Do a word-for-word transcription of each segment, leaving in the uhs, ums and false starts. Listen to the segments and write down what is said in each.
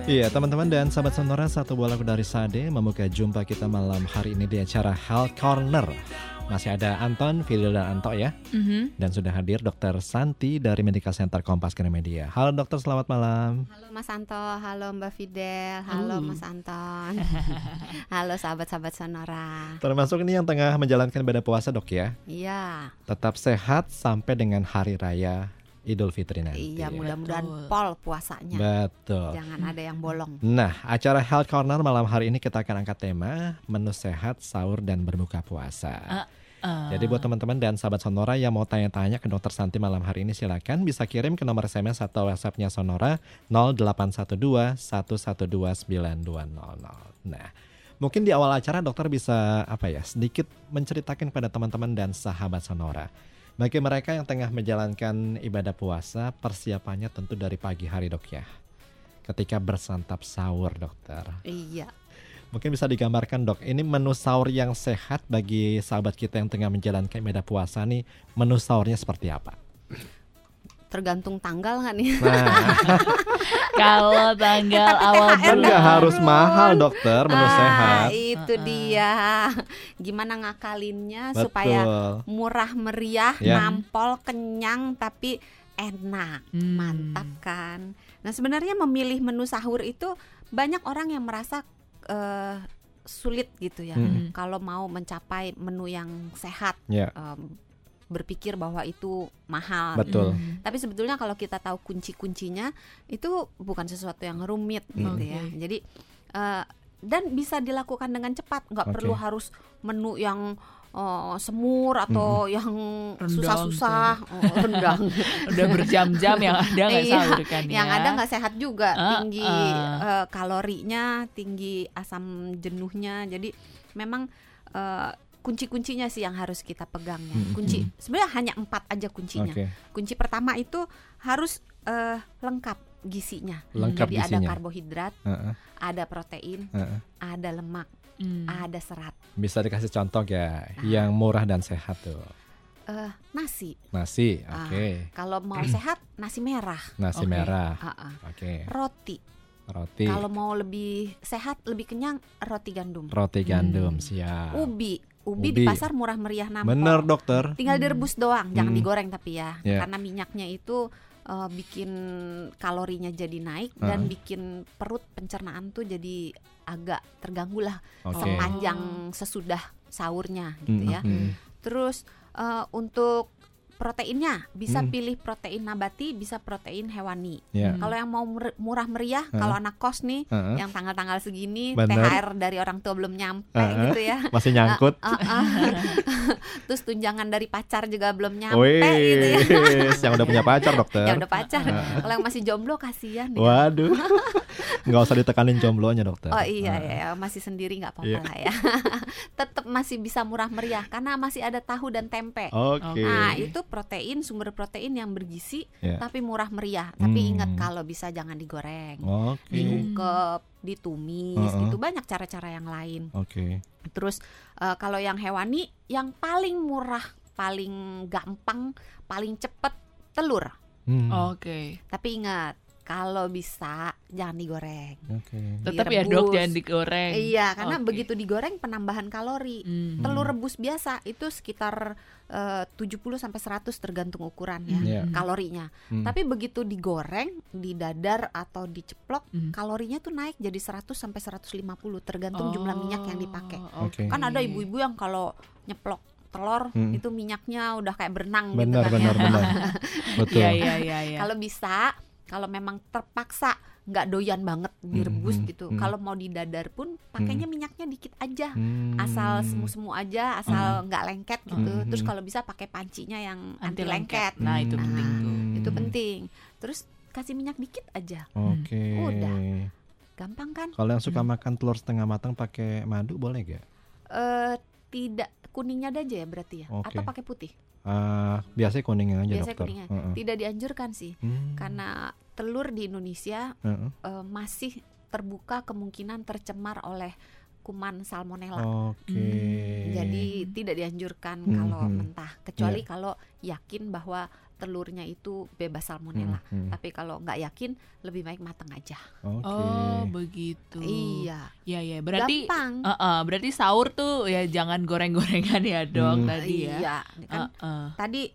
Iya, teman-teman dan sahabat Sonora, satu buah lagu dari Sade membuka jumpa kita malam hari ini di acara Health Corner. Masih ada Anton, Fidel dan Anto ya. Mm-hmm. Dan sudah hadir Dokter Santi dari Medical Center Kompas Gramedia. Halo dokter, selamat malam. Halo Mas Anto, halo Mbak Fidel, halo Uh. Mas Anton. Halo sahabat-sahabat Sonora. Termasuk ini yang tengah menjalankan ibadah puasa dok ya. Iya. Tetap sehat sampai dengan hari raya Idul Fitri nanti. Iya, mudah-mudahan Betul. pol puasanya. Betul. Jangan ada yang bolong. Nah, acara Health Corner malam hari ini kita akan angkat tema menu sehat, sahur, dan berbuka puasa. Uh, uh. Jadi buat teman-teman dan sahabat Sonora yang mau tanya-tanya ke dokter Santi malam hari ini, silakan bisa kirim ke nomor S M S atau WhatsApp-nya Sonora nol delapan satu dua satu satu dua sembilan dua nol nol. Nah, mungkin di awal acara dokter bisa apa ya sedikit menceritakan kepada teman-teman dan sahabat Sonora. Bagi mereka yang tengah menjalankan ibadah puasa, persiapannya tentu dari pagi hari dok ya. Ketika bersantap sahur dokter. Iya. Mungkin bisa digambarkan dok, ini menu sahur yang sehat bagi sahabat kita yang tengah menjalankan ibadah puasa nih, menu sahurnya seperti apa? Tergantung tanggal kan nih. Nah, Kalau tanggal Tapi awal T H R kan bulan nggak harus mahal dokter, menu Ah, sehat. itu Uh-uh. dia. Gimana ngakalinnya Betul. supaya murah meriah, Ya. nampol, kenyang tapi enak. Hmm. Mantap kan. Nah sebenarnya memilih menu sahur itu banyak orang yang merasa eh, sulit gitu ya. Hmm. Kalau mau mencapai menu yang sehat, Ya, em, berpikir bahwa itu mahal. betul. Mm. Tapi sebetulnya kalau kita tahu kunci-kuncinya itu bukan sesuatu yang rumit gitu Oke. ya. Jadi eh, dan bisa dilakukan dengan cepat. Nggak Oke. perlu harus menu yang eh, semur atau yang susah-susah, oh, rendang. Udah berjam-jam yang ada nggak Iya, sahur kan ya. Yang ada nggak sehat juga, Ah, tinggi ah. eh, kalorinya, tinggi asam jenuhnya. Jadi memang eh, kunci-kuncinya sih yang harus kita pegang ya. Mm-mm. Kunci sebenarnya hanya empat aja kuncinya. Oke, Kunci pertama itu harus eh, lengkap gizinya. lengkap Jadi ada gizinya. karbohidrat, Heeh, ada protein, heeh. ada lemak, Mm. ada serat. Bisa dikasih contoh ya, Ah. yang murah dan sehat tuh. Eh, nasi. Nasi, Ah. oke. Kalau mau sehat nasi merah. Nasi Oke. merah, Ah, ah. oke. Roti. Roti, Kalau mau lebih sehat, lebih kenyang, roti gandum. roti gandum, Hmm. siap. Ubi. Ubi, Ubi. di pasar murah meriah nampol. Bener dokter. Tinggal Hmm. direbus doang, jangan Hmm. digoreng tapi ya. Ya. Karena minyaknya itu eh, bikin kalorinya jadi naik dan Uh-huh. bikin perut pencernaan tuh jadi agak terganggu lah Oke. sepanjang sesudah sahurnya gitu ya. Mm-mm. Terus eh, untuk proteinnya bisa Hmm. pilih protein nabati, bisa protein hewani. Ya. Hmm. Kalau yang mau mer- murah meriah, Uh-huh. kalau anak kos nih Heeh. yang tanggal-tanggal segini Bener. T H R dari orang tua belum nyampe Uh-uh. gitu ya. Masih nyangkut. Ah, ah, ah. Terus tunjangan dari pacar juga belum nyampe Wih, gitu ya. yang udah punya pacar dokter. Ya udah pacar. Uh-uh. Kalau yang masih jomblo kasihan ya. Waduh, nggak usah ditekanin jomblonya dokter. Oh iya Uh-uh. ya, masih sendiri nggak apa-apa Iya. lah ya. Tetap masih bisa murah meriah karena masih ada tahu dan tempe. Oke. Nah itu protein, sumber protein yang bergizi Ya. tapi murah meriah. Tapi Hmm. ingat kalau bisa jangan digoreng, Oke. diungkep, ditumis, Uh-uh. gitu banyak cara-cara yang lain. Oke. Terus eh, kalau yang hewani, yang paling murah, paling gampang, paling cepet telur. Hmm. Oke. Tapi ingat kalau bisa jangan digoreng. Oke. Tetap ya dok, Direbus. jangan digoreng. Iya, karena Oke. begitu digoreng penambahan kalori. Hmm. Telur rebus biasa itu sekitar eh, tujuh puluh sampai seratus tergantung ukuran ya Iya. kalorinya. Hmm. Tapi begitu digoreng, didadar atau diceplok, Hmm. kalorinya tuh naik jadi seratus sampai seratus lima puluh tergantung jumlah minyak yang dipakai. Oh, Oke. Kan ada ibu-ibu yang kalau nyeplok telur Hmm. itu minyaknya udah kayak berenang gitu Benar, kan benar, ya. benar. Betul. Iya iya iya. iya. Kalau bisa, kalau memang terpaksa nggak doyan banget direbus Hmm, gitu. hmm. Kalau mau didadar pun pakainya minyaknya dikit aja. Hmm. Asal semu-semu aja, asal nggak lengket gitu. Hmm. Terus kalau bisa pakai pancinya yang Anti anti lengket. lengket. Nah itu Nah, penting tuh. Itu penting. Terus kasih minyak dikit aja. Oke. Udah. Gampang kan? Kalau yang suka Hmm. makan telur setengah matang pakai madu boleh gak? Eh tidak kuningnya aja ya berarti ya. Oke. Atau pakai putih? Uh, biasanya kuningnya aja Biasanya dokter. kuningnya. Heeh. Tidak dianjurkan sih. Hmm. Karena telur di Indonesia Heeh. eh, masih terbuka kemungkinan tercemar oleh kuman salmonella. Oke. Hmm. Jadi tidak dianjurkan Hmm, kalau hmm. mentah, kecuali kalau yakin bahwa telurnya itu bebas salmonella. Hmm, hmm. Tapi kalau nggak yakin, lebih baik matang aja. Oke. Oh begitu. Iya. Ya ya berarti Gampang. uh, uh, berarti sahur tuh ya jangan goreng-gorengan ya dok Hmm. tadi ya. Iya, kan Uh, uh. tadi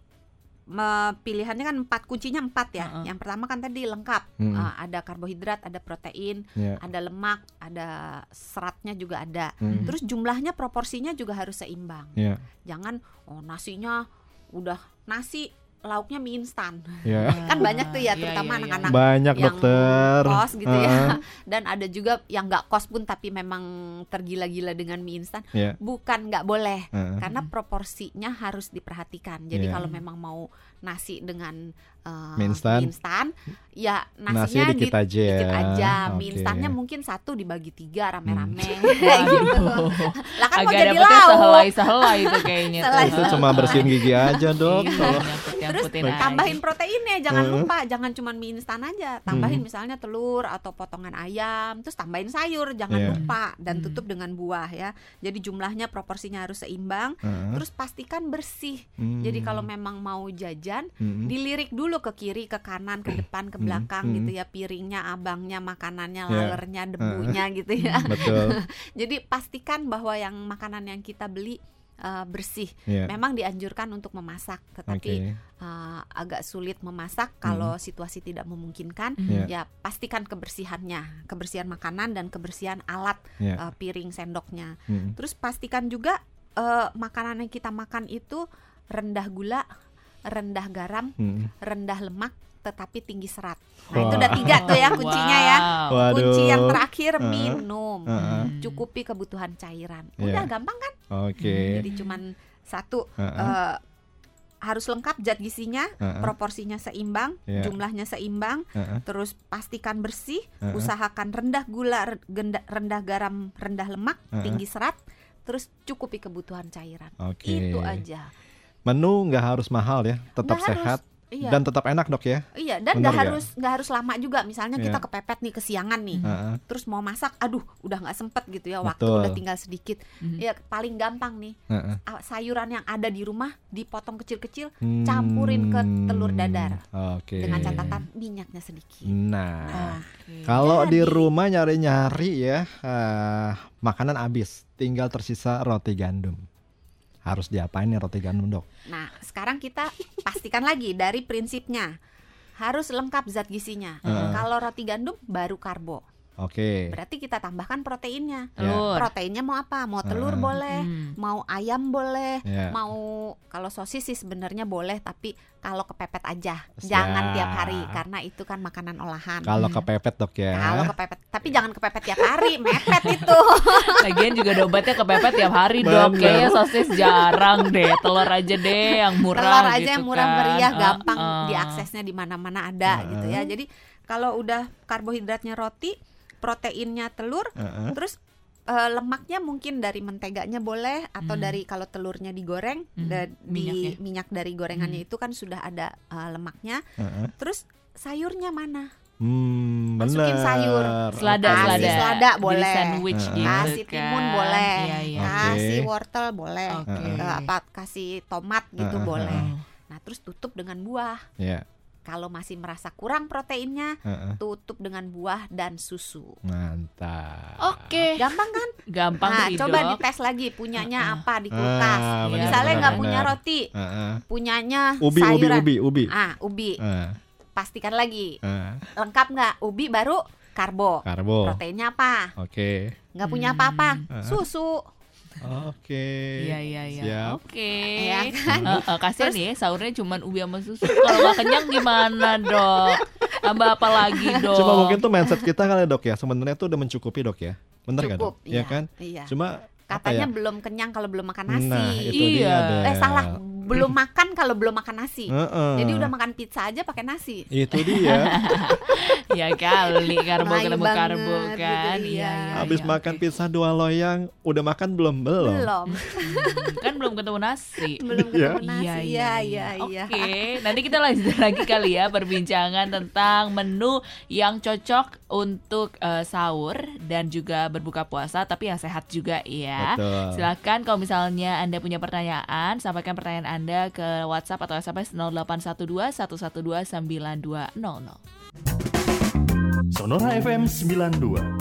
me- pilihannya kan empat, kuncinya empat ya. Uh-uh. Yang pertama kan tadi lengkap. Hmm. Uh, ada karbohidrat, ada protein, Ya. ada lemak, ada seratnya juga ada. Hmm. Terus jumlahnya, proporsinya juga harus seimbang. Ya. Jangan oh nasinya udah nasi lauknya mie instan. Ya. Kan banyak tuh ya, Iya, terutama iya, iya. anak-anak Banyak yang dokter. kos gitu Heeh. ya. Dan ada juga yang nggak kos pun tapi memang tergila-gila dengan mie instan. Ya. Bukan nggak boleh, Heeh. karena proporsinya harus diperhatikan. Jadi Iya. kalau memang mau nasi dengan uh, Mie instan. instan, ya Nasinya nasinya dikit di- aja ya. dikit aja. Mie Oke. instannya mungkin satu dibagi tiga rame-rame. Waduh. Lah kan mau Agak jadi dapetnya lauk. sehelai-sehelai itu kayaknya. Sehelai. Itu cuma bersihin gigi aja dok. Iya, Kalau- Terus nyangkut-nyangkutin aja. tambahin proteinnya, jangan Heeh. lupa, jangan cuma mie instan aja. Tambahin Hmm. misalnya telur atau potongan ayam, terus tambahin sayur, jangan Iya. lupa, dan Hmm. tutup dengan buah ya. Jadi jumlahnya, proporsinya harus seimbang. Heeh. Terus pastikan bersih. Hmm. Jadi kalau memang mau jajan, Hmm. dilirik dulu ke kiri, ke kanan, ke depan, ke Hmm. belakang Hmm. gitu ya, piringnya, abangnya, makanannya, Ya. lalernya, debunya gitu ya. Betul. Jadi pastikan bahwa yang makanan yang kita beli uh, bersih. Ya. Memang dianjurkan untuk memasak, tetapi Oke. uh, agak sulit memasak kalau situasi tidak memungkinkan. Hmm. Ya. Ya pastikan kebersihannya, kebersihan makanan dan kebersihan alat Ya. uh, piring sendoknya. Hmm. Terus pastikan juga uh, makanan yang kita makan itu rendah gula, rendah garam, Hmm. rendah lemak, tetapi tinggi serat. Nah Wah. itu udah tiga tuh ya kuncinya ya. Wow. Waduh. Kunci yang terakhir Heeh. minum, Heeh. cukupi kebutuhan cairan. Ya. Udah gampang kan? Oke. Jadi cuman satu, Heeh. eh, harus lengkap zat gizinya, Heeh. proporsinya seimbang, Ya. jumlahnya seimbang. Heeh. Terus pastikan bersih, Heeh. usahakan rendah gula, re- genda- rendah garam, rendah lemak, Heeh. tinggi serat. Terus cukupi kebutuhan cairan. Oke. Itu aja. Menu nggak harus mahal ya, tetap Nggak harus. sehat Iya. dan tetap enak dok ya. Iya, dan Bener nggak nggak? harus nggak harus lama juga. Misalnya kita Iya. kepepet nih kesiangan nih, Heeh. terus mau masak, aduh udah nggak sempet gitu ya, waktu Betul. udah tinggal sedikit. Mhm. Ya paling gampang nih, Heeh. ah, sayuran yang ada di rumah dipotong kecil-kecil, Hmm. campurin ke telur dadar. Oke. Dengan catatan minyaknya sedikit. Nah, Oke. kalau di Jadi. rumah nyari-nyari ya eh, makanan habis, tinggal tersisa roti gandum. Harus diapain nih roti gandum dok? Nah, sekarang kita pastikan lagi dari prinsipnya. Harus lengkap zat gizinya. Heeh. Kalau roti gandum baru karbo. Oke. Berarti kita tambahkan proteinnya. Telur. Proteinnya mau apa? Mau telur Heeh. boleh, Hmm. mau ayam boleh, Ya. mau kalau sosis sih sebenarnya boleh, tapi kalau kepepet aja. Siap. Jangan tiap hari karena itu kan makanan olahan. Kalau kepepet dok ya. Kalau kepepet, tapi jangan kepepet tiap hari, mepet itu. Lagian juga dompetnya kepepet tiap hari dok. Bener. Kayaknya sosis jarang deh. Telur aja deh yang murah. Telur aja gitu yang murah kan. meriah, Uh, gampang uh. diaksesnya di mana-mana ada Heeh. gitu ya. Jadi kalau udah karbohidratnya roti, proteinnya telur, Heeh. terus eh, lemaknya mungkin dari menteganya boleh atau Hmm. dari kalau telurnya digoreng, Hmm, da- di minyaknya. minyak dari gorengannya Hmm. itu kan sudah ada eh, lemaknya. Heeh. Terus sayurnya mana? Hmm, Masukin bener. sayur. Selada, Kasih selada. selada Jadi boleh. sandwich Heeh. gitu Kasih timun kan. boleh, Iya, iya. Oke. kasih wortel boleh, Oke. Eh, apa kasih tomat gitu Heeh, boleh. heeh. Nah terus tutup dengan buah. Ya. Kalau masih merasa kurang proteinnya, Heeh. tutup dengan buah dan susu. Mantap. Oke. Gampang kan? Gampang Nah, sih coba dok. dites lagi punyanya Uh-uh. apa di kulkas. Ah, benar, Misalnya benar, nggak benar. punya roti, Heeh. punyanya Ubi, ubi, sayuran. ubi, ubi. Ah, ubi. Heeh. Pastikan lagi Heeh. lengkap nggak? Ubi baru karbo. Karbo. Proteinnya apa? Oke. Nggak punya Hmm. apa-apa, Uh-uh. susu. Oke. Iya iya iya. Siap. Oke. Iya kan? Eh, eh, kasihan ya sahurnya cuma ubi sama susu. Kalau nggak kenyang gimana dok? Tambah apa lagi dok? Cuma mungkin tuh mindset kita kali ya, dok ya. Sebenarnya tuh udah mencukupi dok ya. Bener nggak dok? Cukup, Iya iya. kan? Iya. Cuma apa Katanya ya? belum kenyang kalau belum makan nasi. Nah itu Iya. dia deh. Eh salah, belum makan kalau belum makan nasi. Heeh. Jadi udah makan pizza aja pakai nasi. Itu dia. Ya kali karbo Melayu ketemu banget karbo gitu, kan. iya. Iya, iya, Habis iya, makan oke. pizza dua loyang, udah makan belum? Belum. Belum. Hmm, kan belum ketemu nasi. Belum Iya. ketemu nasi. Iya, iya, iya. Oke, nanti kita lanjut lagi kali ya perbincangan tentang menu yang cocok untuk eh, sahur dan juga berbuka puasa, tapi yang sehat juga ya. Betul. Silakan kalau misalnya Anda punya pertanyaan, sampaikan pertanyaan Anda ke WhatsApp atau S M S nol delapan satu dua satu satu dua sembilan dua nol nol. Sonora F M sembilan puluh dua.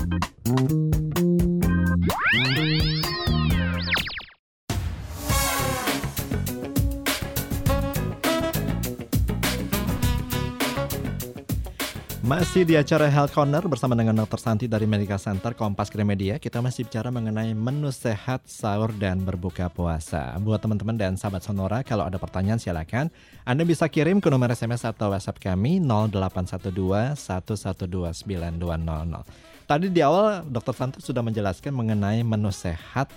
Masih di acara Health Corner bersama dengan dokter Santi dari Medical Center Kompas Gramedia. Kita masih bicara mengenai menu sehat sahur dan berbuka puasa. Buat teman-teman dan sahabat Sonora, kalau ada pertanyaan silakan Anda bisa kirim ke nomor S M S atau WhatsApp kami nol delapan satu dua satu satu dua sembilan dua nol nol. Tadi di awal dokter Santi sudah menjelaskan mengenai menu sehat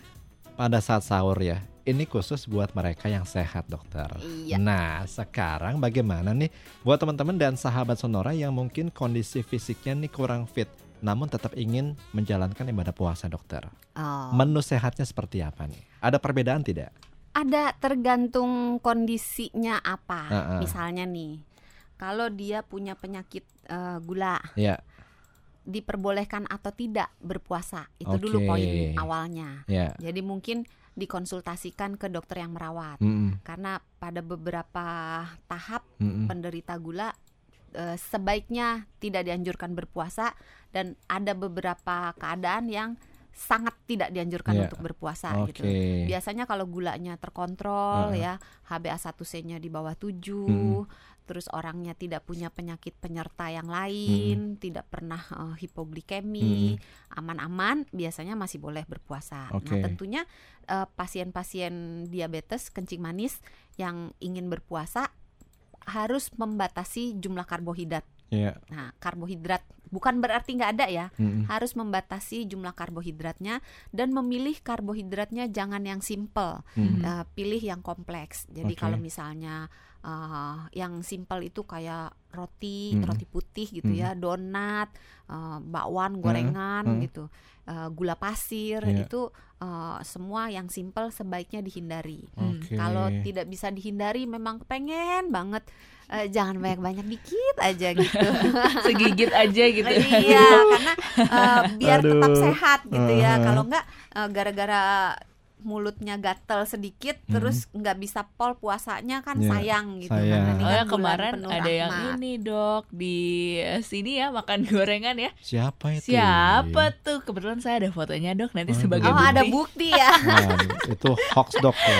pada saat sahur ya. Ini khusus buat mereka yang sehat, dokter. Iya. Nah, sekarang bagaimana nih buat teman-teman dan sahabat Sonora yang mungkin kondisi fisiknya nih kurang fit, namun tetap ingin menjalankan ibadah puasa, dokter. Oh. Menu sehatnya seperti apa nih? Ada perbedaan tidak? Ada, tergantung kondisinya apa. Uh-uh. Misalnya nih, kalau dia punya penyakit uh, gula, Ya. diperbolehkan atau tidak berpuasa. Itu Oke. dulu poin awalnya. Ya. Jadi mungkin dikonsultasikan ke dokter yang merawat. Mm-mm. Karena pada beberapa tahap Mm-mm. penderita gula e, sebaiknya tidak dianjurkan berpuasa, dan ada beberapa keadaan yang sangat tidak dianjurkan Yeah. untuk berpuasa Oke. gitu. Biasanya kalau gulanya terkontrol Uh-uh. ya, H b A satu C-nya di bawah tujuh, Mm-mm. terus orangnya tidak punya penyakit penyerta yang lain, tidak pernah uh, hipoglikemi, aman-aman, biasanya masih boleh berpuasa. Oke. Nah, tentunya uh, pasien-pasien diabetes kencing manis yang ingin berpuasa harus membatasi jumlah karbohidrat. Ya. Nah, karbohidrat bukan berarti nggak ada ya, Mm-mm. harus membatasi jumlah karbohidratnya dan memilih karbohidratnya jangan yang simple, Mm. uh, pilih yang kompleks. Jadi Oke. kalau misalnya uh, yang simple itu kayak roti, Mm. roti putih gitu Mm. ya, donat, uh, bakwan, gorengan Mm. gitu, uh, gula pasir, Iya. itu uh, semua yang simple sebaiknya dihindari. Oke. Kalau tidak bisa dihindari, memang pengen banget, uh, jangan banyak-banyak, dikit aja gitu. Segigit aja gitu. Iya, karena uh, biar tetap Aduh. sehat gitu ya. Uh-huh. Kalau enggak uh, gara-gara mulutnya gatel sedikit, Hmm. terus nggak bisa pol puasanya kan Ya, sayang gitu. sayang. Karena ini Oh kan ya, bulan kemarin penuh ada yang rahmat. ini dok di sini ya, makan gorengan ya. Siapa itu? Siapa tuh? Kebetulan saya ada fotonya dok, nanti Aduh. sebagai Oh, bukti. ada bukti ya. Nah, itu hoax, dok ya.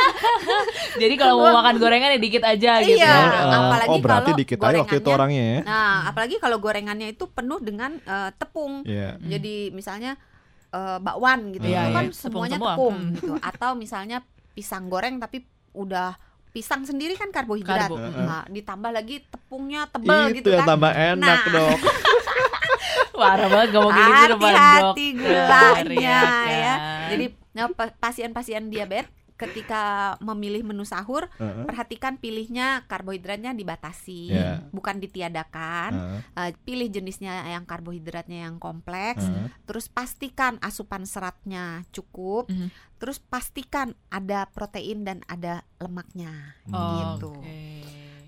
Jadi kalau mau makan gorengan ya dikit aja gitu. Iya. ya, Oh, dok. uh, apalagi oh berarti kalau dikit aja waktu itu gorengannya- orangnya ya. Nah, apalagi kalau gorengannya itu penuh dengan uh, tepung. Iya. Jadi misalnya uh, bakwan gitu, Iya, itu kan iya. semuanya Tepung semua. tepung Hmm. gitu. Atau misalnya pisang goreng tapi udah pisang sendiri kan karbohidrat. Karbo. Nah, ditambah lagi tepungnya tebel Itu gitu yang kan. tambah enak, Nah. dok. Parah banget ngomong kayak gitu depan Hati-hati dokter. gulanya kan. ya. Jadi nah, pa- pasien-pasien diabetes ketika memilih menu sahur, Uh-uh. perhatikan pilihnya karbohidratnya dibatasi, Ya. bukan ditiadakan. Uh, Uh, pilih jenisnya yang karbohidratnya yang kompleks. uh. Terus pastikan asupan seratnya cukup. Mhm. Terus pastikan ada protein dan ada lemaknya Oh, gitu. oke.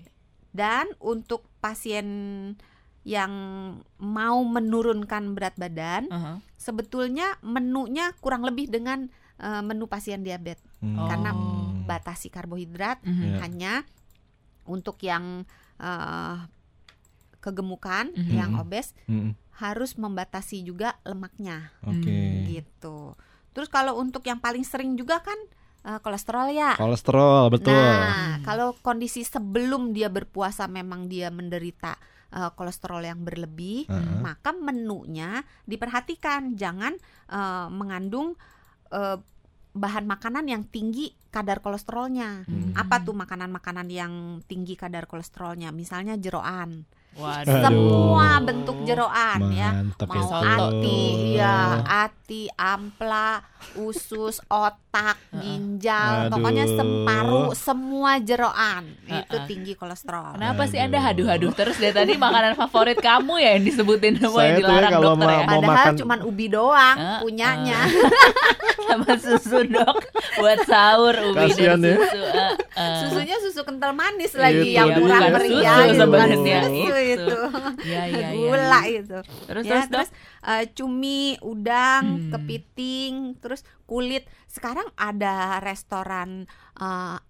Dan untuk pasien yang mau menurunkan berat badan, Aha. sebetulnya menunya kurang lebih dengan uh, menu pasien diabetes, Hmm. karena Oh. batasi karbohidrat. Mhm. Ya. Hanya untuk yang uh, kegemukan, Mhm. yang obes, Hmm. harus membatasi juga lemaknya Oke. Hmm. gitu. Terus kalau untuk yang paling sering juga kan uh, kolesterol ya. Kolesterol, betul. Nah, kalau kondisi sebelum dia berpuasa memang dia menderita uh, kolesterol yang berlebih, Uh-uh. maka menunya diperhatikan jangan uh, mengandung uh, bahan makanan yang tinggi kadar kolesterolnya. Hmm. Apa tuh makanan-makanan yang tinggi kadar kolesterolnya? Misalnya jeroan. Waduh. Semua bentuk jeroan ya. Mantep Mau itu. ati, ya, ati, ampla, usus, otak, ginjal, Aduh. pokoknya separuh, semua jeroan itu Uh-uh. tinggi kolesterol. Kenapa sih Anda Aduh. haduh-haduh terus dari tadi makanan favorit kamu ya yang disebutin semua Saya yang tuh ya dilarang kalau dokter ma- ya? mau Padahal makan- cuman ubi doang Uh-uh. punyanya. Sama susu dok buat sahur ubi Kasian dan ya. susu. uh, uh. Susunya susu kental manis lagi Itu yang dia. murah Bukan meriah susu gitu, sebenarnya, bukan susu itu. itu. Iya, iya, iya. Gula itu. Terus Ya, terus dok. terus eh, cumi, udang, Hmm. kepiting, terus kulit. Sekarang ada restoran eh,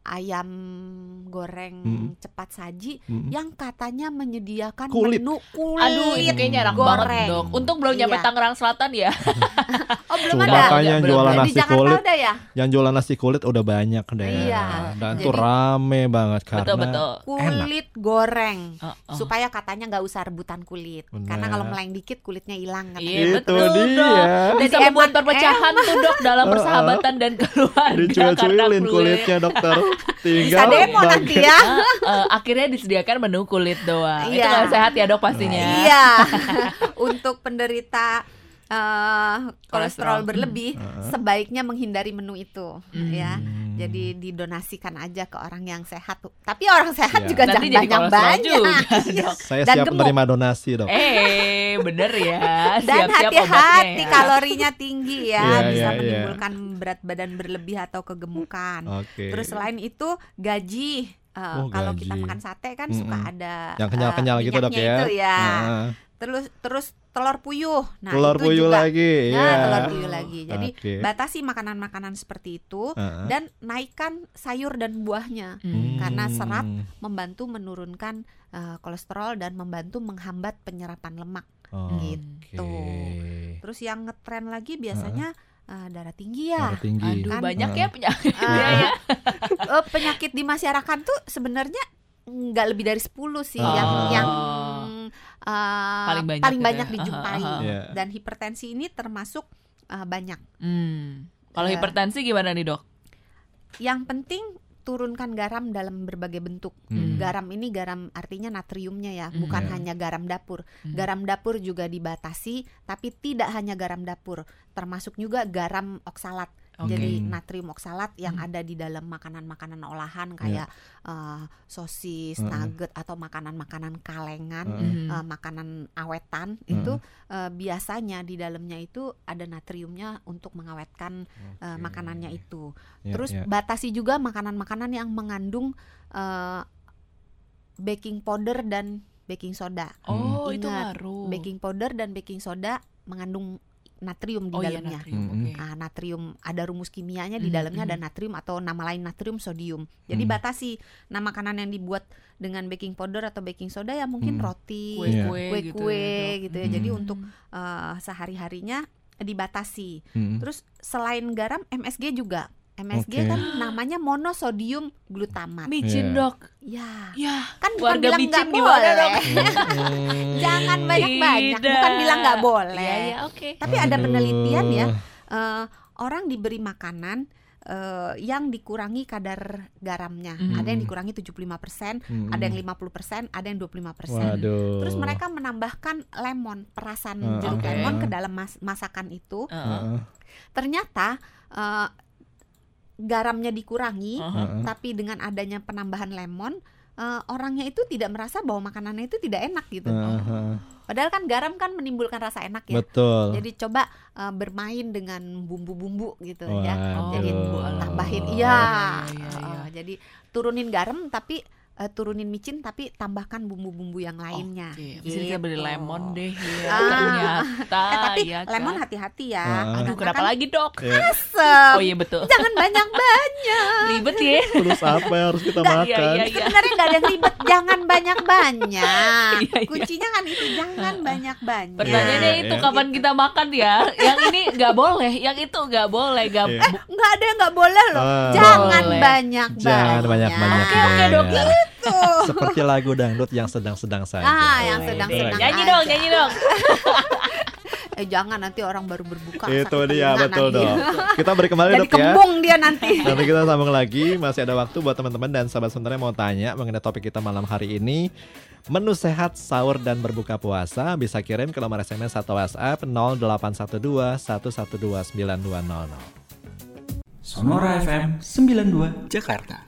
ayam goreng Mm. cepat saji Mm. yang katanya menyediakan Kulit. menu kulit. Aduh, itu kayaknya enak banget, goreng. Dok. Untung belum nyampe Iya. Tangerang Selatan ya. Oh, belum Cuma ada. makanya yang Belum, jualan belum. Di nasi Jakarta kulit, udah ya? yang jualan nasi kulit udah banyak deh. Iya. Dan itu Jadi- rame banget karena Betul, betul. Kulit goreng. Uh-uh. Supaya katanya nggak usah rebutan kulit. Benar. Karena kalau meleng dikit kulitnya hilang katanya. Iya, Itu betul, dia. Dok. Bisa Jadi membuat emang- perpecahan tuh, Dok, dalam Uh-uh. persahabatan dan keluarga karena dicuil-cuilin kulit. kulitnya dokter. Bisa Tinggal demo bagi- nanti ya. Ah, eh, akhirnya disediakan menu kulit doang. Itu Iya. nggak sehat ya, Dok, pastinya. Iya. Untuk penderita eh, kolesterol Kolesterol. berlebih sebaiknya menghindari menu itu Hmm. ya. Jadi didonasikan aja ke orang yang sehat. Tapi orang sehat Siap. juga Nanti jangan jadi banyak kolesterol banyak. juga, Iya. Dok. Saya Dan siap gemuk. menerima donasi, Dok. Eh, bener ya. Dan Siap-siap hati-hati obatnya ya. kalorinya tinggi ya, Iya, bisa iya, iya. menimbulkan berat badan berlebih atau kegemukan. Oke. Terus selain itu gaji. Eh, Oh, kalau gaji. kita makan sate kan Mm-mm. suka ada Yang kenyal-kenyal eh, gitu, Dok, minyaknya ya. itu ya. Heeh. Terus terus telur puyuh. Nah, Telur itu puyuh juga. lagi, Nah, ya. telur puyuh lagi. Jadi Oke. batasi makanan-makanan seperti itu Heeh. dan naikkan sayur dan buahnya. Hmm. Karena serat Hmm. membantu menurunkan eh, kolesterol dan membantu menghambat penyerapan lemak. Oke. Gitu. Terus yang ngetren lagi biasanya eh, darah tinggi ya. Darah tinggi. Aduh, Kan- banyak Heeh. ya penyakit. Eh, ya, ya. eh, penyakit di masyarakat tuh sebenarnya nggak lebih dari sepuluh sih Oh. yang yang eh, Paling banyak paling gitu banyak ya. dijumpai. Aha, aha. Iya. Dan hipertensi ini termasuk eh, banyak. Hmm. Kalau Ya. hipertensi gimana nih, Dok? Yang penting turunkan garam dalam berbagai bentuk. Hmm. Garam ini garam artinya natriumnya ya, Hmm. bukan Iya. hanya garam dapur. Hmm. Garam dapur juga dibatasi, tapi tidak hanya garam dapur, termasuk juga garam oksalat. Oke. Jadi natrium oksalat yang Hmm. ada di dalam makanan-makanan olahan kayak eh, sosis, Heeh. nugget atau makanan-makanan kalengan, Hmm. eh, makanan awetan Heeh. itu eh, biasanya di dalamnya itu ada natriumnya untuk mengawetkan eh, Oke. makanannya itu. Ya, Terus ya. batasi juga makanan-makanan yang mengandung eh, baking powder dan baking soda. Oh, itu Ingat, ngaruh. Baking powder dan baking soda mengandung natrium di Oh iya, dalamnya. natrium. Mm-mm. Oke. Ah, natrium ada rumus kimianya di Mhm, dalamnya ada mhm. natrium atau nama lain natrium sodium. Jadi Mhm. batasi. Nah, makanan yang dibuat dengan baking powder atau baking soda ya mungkin Mhm. roti, Kue-kue gitu kue-kue ya, Dok. gitu ya. Jadi Mhm. untuk eh, sehari-harinya dibatasi. Mm-mm. Terus selain garam M S G juga. M S G Oke. kan namanya monosodium glutamat. Micin, Iya. Dok. Ya, Ya, kan bukan keluarga bilang micin nggak gimana, boleh. Dok? Mm. Jangan banyak-banyak, Tidak. bukan bilang nggak boleh. Iya, iya, oke. Tapi ada Aduh. penelitian ya, eh, orang diberi makanan eh, yang dikurangi kadar garamnya. Mhm. Ada yang dikurangi tujuh puluh lima persen, Mm-mm. ada yang lima puluh persen, ada yang dua puluh lima persen. Waduh. Terus mereka menambahkan lemon, perasan Ah, jeruk oke. lemon ke dalam mas- masakan itu. Heeh. Heeh. Ternyata eh, garamnya dikurangi, Heeh. Heeh. tapi dengan adanya penambahan lemon, eh, orangnya itu tidak merasa bahwa makanannya itu tidak enak gitu. Heeh. Padahal kan garam kan menimbulkan rasa enak ya. Betul. Jadi coba eh, bermain dengan bumbu-bumbu gitu ya. Waduh. Jadi bumbu ala- tambahin Oh, iya. iya, iya, iya. Eh, jadi turunin garam tapi eh, turunin micin tapi tambahkan bumbu-bumbu yang lainnya. Oke, bisa kita beli Gitu. lemon deh ya, Ah. ternyata. Eh, tapi ya kan? lemon hati-hati ya. Ah. Aduh, Karena kenapa kan lagi, Dok? Ya. asem. Oh iya betul. Jangan banyak-banyak. Ribet ya. Terus apa yang harus kita Nggak, makan? Iya, iya, iya. Sebenarnya nggak ada yang ribet, jangan banyak-banyak. Iya, iya. Kuncinya kan itu, jangan banyak-banyak. Pertanyaannya Iya, itu iya. kapan kita makan ya? Yang ini nggak boleh, yang itu nggak boleh, nggak. Iya. bu- Nggak ada yang nggak boleh loh. Ah. Jangan Boleh. banyak-banyak. Jangan banyak-banyak. Oke, oke, deh. dokter. Tuh. Seperti lagu dangdut yang sedang-sedang saja. Ah, yang Boleh sedang-sedang deh. Nyanyi aja. dong, nyanyi dong. Eh jangan nanti orang baru berbuka. Itu sakit dia telinga betul nanti. dong. Kita break kembali Jadi dok ya. kembung dia nanti. Nanti kita sambung lagi. Masih ada waktu buat teman-teman dan sahabat sebenarnya mau tanya mengenai topik kita malam hari ini. Menu sehat sahur dan berbuka puasa bisa kirim ke nomor S M S atau WhatsApp nol delapan satu dua satu satu dua sembilan dua nol nol. Sonora F M sembilan puluh dua Jakarta.